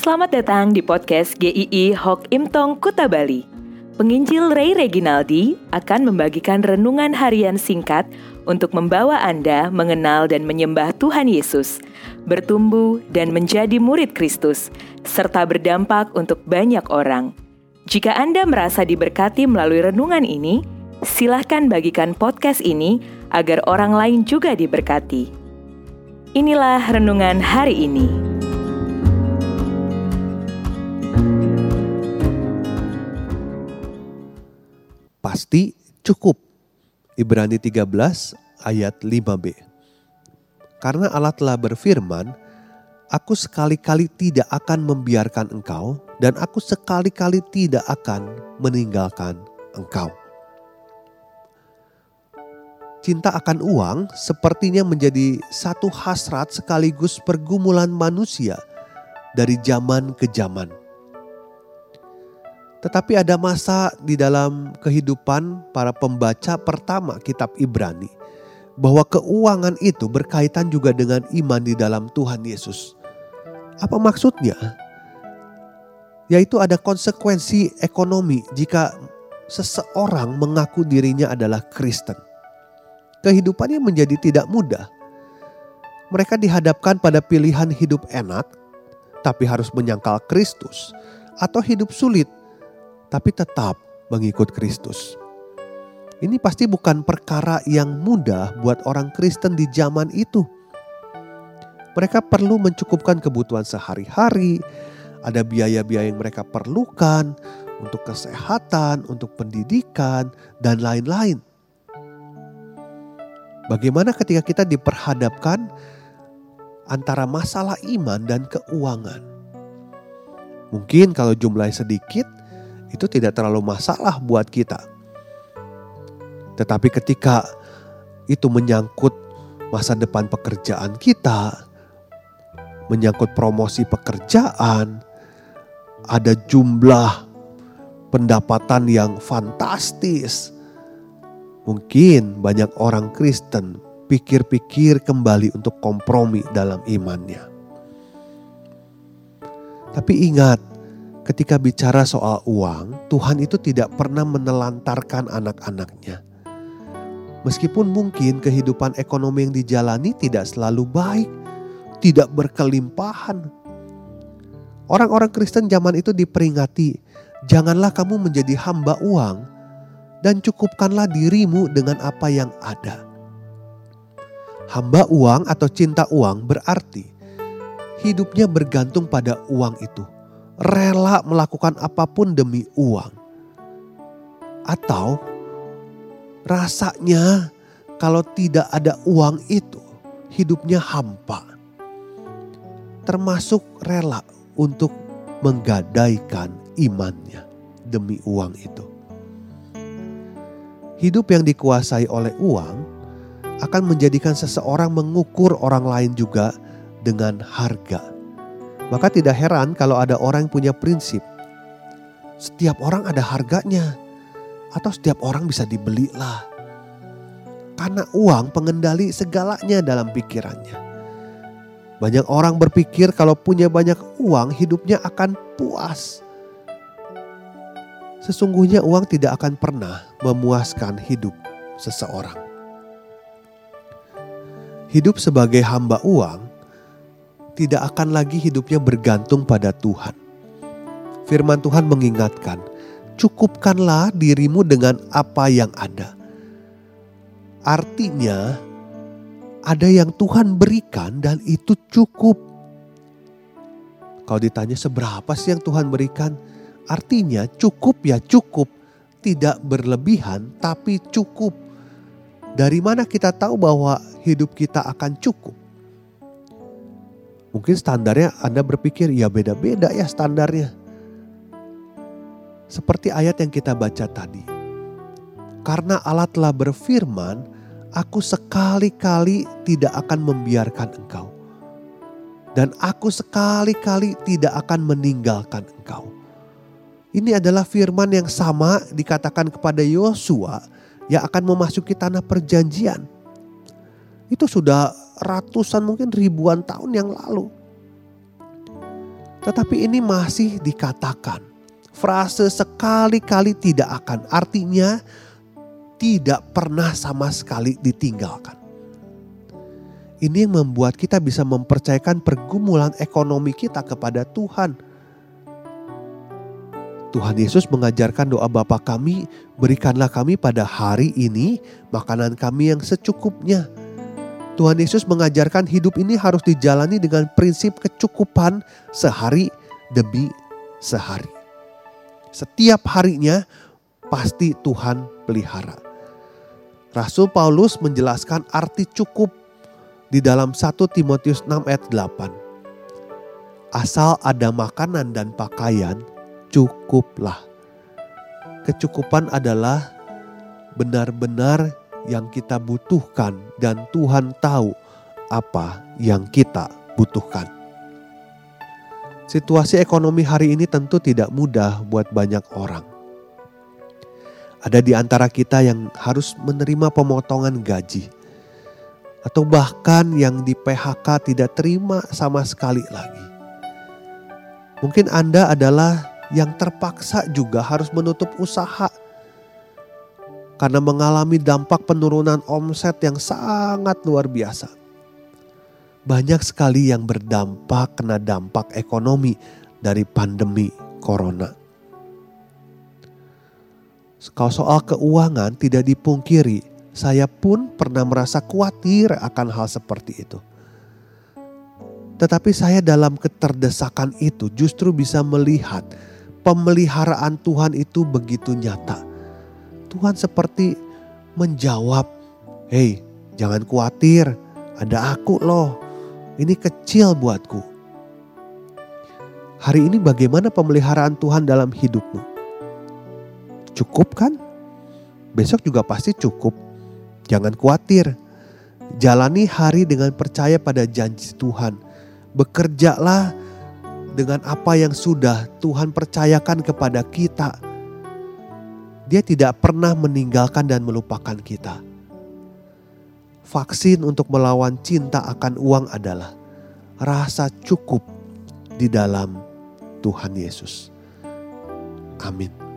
Selamat datang di podcast GII Hok Imtong Kuta Bali. Penginjil Ray Reginaldi akan membagikan renungan harian singkat untuk membawa Anda mengenal dan menyembah Tuhan Yesus, bertumbuh dan menjadi murid Kristus, serta berdampak untuk banyak orang. Jika Anda merasa diberkati melalui renungan ini, silahkan bagikan podcast ini agar orang lain juga diberkati. Inilah renungan hari ini. Pasti cukup. Ibrani 13 ayat 5b. Karena Allah telah berfirman, aku sekali-kali tidak akan membiarkan engkau dan aku sekali-kali tidak akan meninggalkan engkau. Cinta akan uang sepertinya menjadi satu hasrat sekaligus pergumulan manusia dari zaman ke zaman. Tetapi ada masa di dalam kehidupan para pembaca pertama kitab Ibrani bahwa keuangan itu berkaitan juga dengan iman di dalam Tuhan Yesus. Apa maksudnya? Yaitu ada konsekuensi ekonomi jika seseorang mengaku dirinya adalah Kristen. Kehidupannya menjadi tidak mudah. Mereka dihadapkan pada pilihan hidup enak tapi harus menyangkal Kristus, atau hidup sulit tapi tetap mengikut Kristus. Ini pasti bukan perkara yang mudah buat orang Kristen di zaman itu. Mereka perlu mencukupkan kebutuhan sehari-hari, ada biaya-biaya yang mereka perlukan untuk kesehatan, untuk pendidikan, dan lain-lain. Bagaimana ketika kita diperhadapkan antara masalah iman dan keuangan? Mungkin kalau jumlahnya sedikit, itu tidak terlalu masalah buat kita. Tetapi ketika itu menyangkut masa depan pekerjaan kita, menyangkut promosi pekerjaan, ada jumlah pendapatan yang fantastis, mungkin banyak orang Kristen pikir-pikir kembali untuk kompromi dalam imannya. Tapi ingat, ketika bicara soal uang, Tuhan itu tidak pernah menelantarkan anak-anaknya. Meskipun mungkin kehidupan ekonomi yang dijalani tidak selalu baik, tidak berkelimpahan. Orang-orang Kristen zaman itu diperingati, janganlah kamu menjadi hamba uang dan cukupkanlah dirimu dengan apa yang ada. Hamba uang atau cinta uang berarti hidupnya bergantung pada uang itu. Rela melakukan apapun demi uang. Atau rasanya kalau tidak ada uang itu hidupnya hampa. Termasuk rela untuk menggadaikan imannya demi uang itu. Hidup yang dikuasai oleh uang akan menjadikan seseorang mengukur orang lain juga dengan harga. Maka tidak heran kalau ada orang yang punya prinsip. Setiap orang ada harganya. Atau setiap orang bisa dibeli lah. Karena uang pengendali segalanya dalam pikirannya. Banyak orang berpikir kalau punya banyak uang hidupnya akan puas. Sesungguhnya uang tidak akan pernah memuaskan hidup seseorang. Hidup sebagai hamba uang tidak akan lagi hidupnya bergantung pada Tuhan. Firman Tuhan mengingatkan, cukupkanlah dirimu dengan apa yang ada. Artinya, ada yang Tuhan berikan dan itu cukup. Kalau ditanya seberapa sih yang Tuhan berikan? Artinya cukup ya cukup. Tidak berlebihan tapi cukup. Dari mana kita tahu bahwa hidup kita akan cukup? Mungkin standarnya Anda berpikir ya beda-beda ya standarnya. Seperti ayat yang kita baca tadi. Karena Allah telah berfirman, aku sekali-kali tidak akan membiarkan engkau. Dan aku sekali-kali tidak akan meninggalkan engkau. Ini adalah firman yang sama dikatakan kepada Yosua yang akan memasuki tanah perjanjian. Itu sudah ratusan mungkin ribuan tahun yang lalu. Tetapi ini masih dikatakan. Frase sekali-kali tidak akan, artinya tidak pernah sama sekali ditinggalkan. Ini yang membuat kita bisa mempercayakan pergumulan ekonomi kita kepada Tuhan. Tuhan Yesus mengajarkan doa Bapa kami, berikanlah kami pada hari ini makanan kami yang secukupnya. Tuhan Yesus mengajarkan hidup ini harus dijalani dengan prinsip kecukupan sehari demi sehari. Setiap harinya pasti Tuhan pelihara. Rasul Paulus menjelaskan arti cukup di dalam 1 Timotius 6 ayat 8. Asal ada makanan dan pakaian, cukuplah. Kecukupan adalah benar-benar yang kita butuhkan dan Tuhan tahu apa yang kita butuhkan. Situasi ekonomi hari ini tentu tidak mudah buat banyak orang. Ada di antara kita yang harus menerima pemotongan gaji. Atau bahkan yang di PHK tidak terima sama sekali lagi. Mungkin Anda adalah yang terpaksa juga harus menutup usaha. Karena mengalami dampak penurunan omset yang sangat luar biasa. Banyak sekali yang kena dampak ekonomi dari pandemi corona. Kalau soal keuangan tidak dipungkiri, saya pun pernah merasa khawatir akan hal seperti itu. Tetapi saya dalam keterdesakan itu justru bisa melihat pemeliharaan Tuhan itu begitu nyata. Tuhan seperti menjawab, "Hei, jangan khawatir, ada aku loh. Ini kecil buatku." Hari ini bagaimana pemeliharaan Tuhan dalam hidupmu? Cukup kan? Besok juga pasti cukup. Jangan khawatir. Jalani hari dengan percaya pada janji Tuhan. Bekerjalah dengan apa yang sudah Tuhan percayakan kepada kita. Dia tidak pernah meninggalkan dan melupakan kita. Vaksin untuk melawan cinta akan uang adalah rasa cukup di dalam Tuhan Yesus. Amin.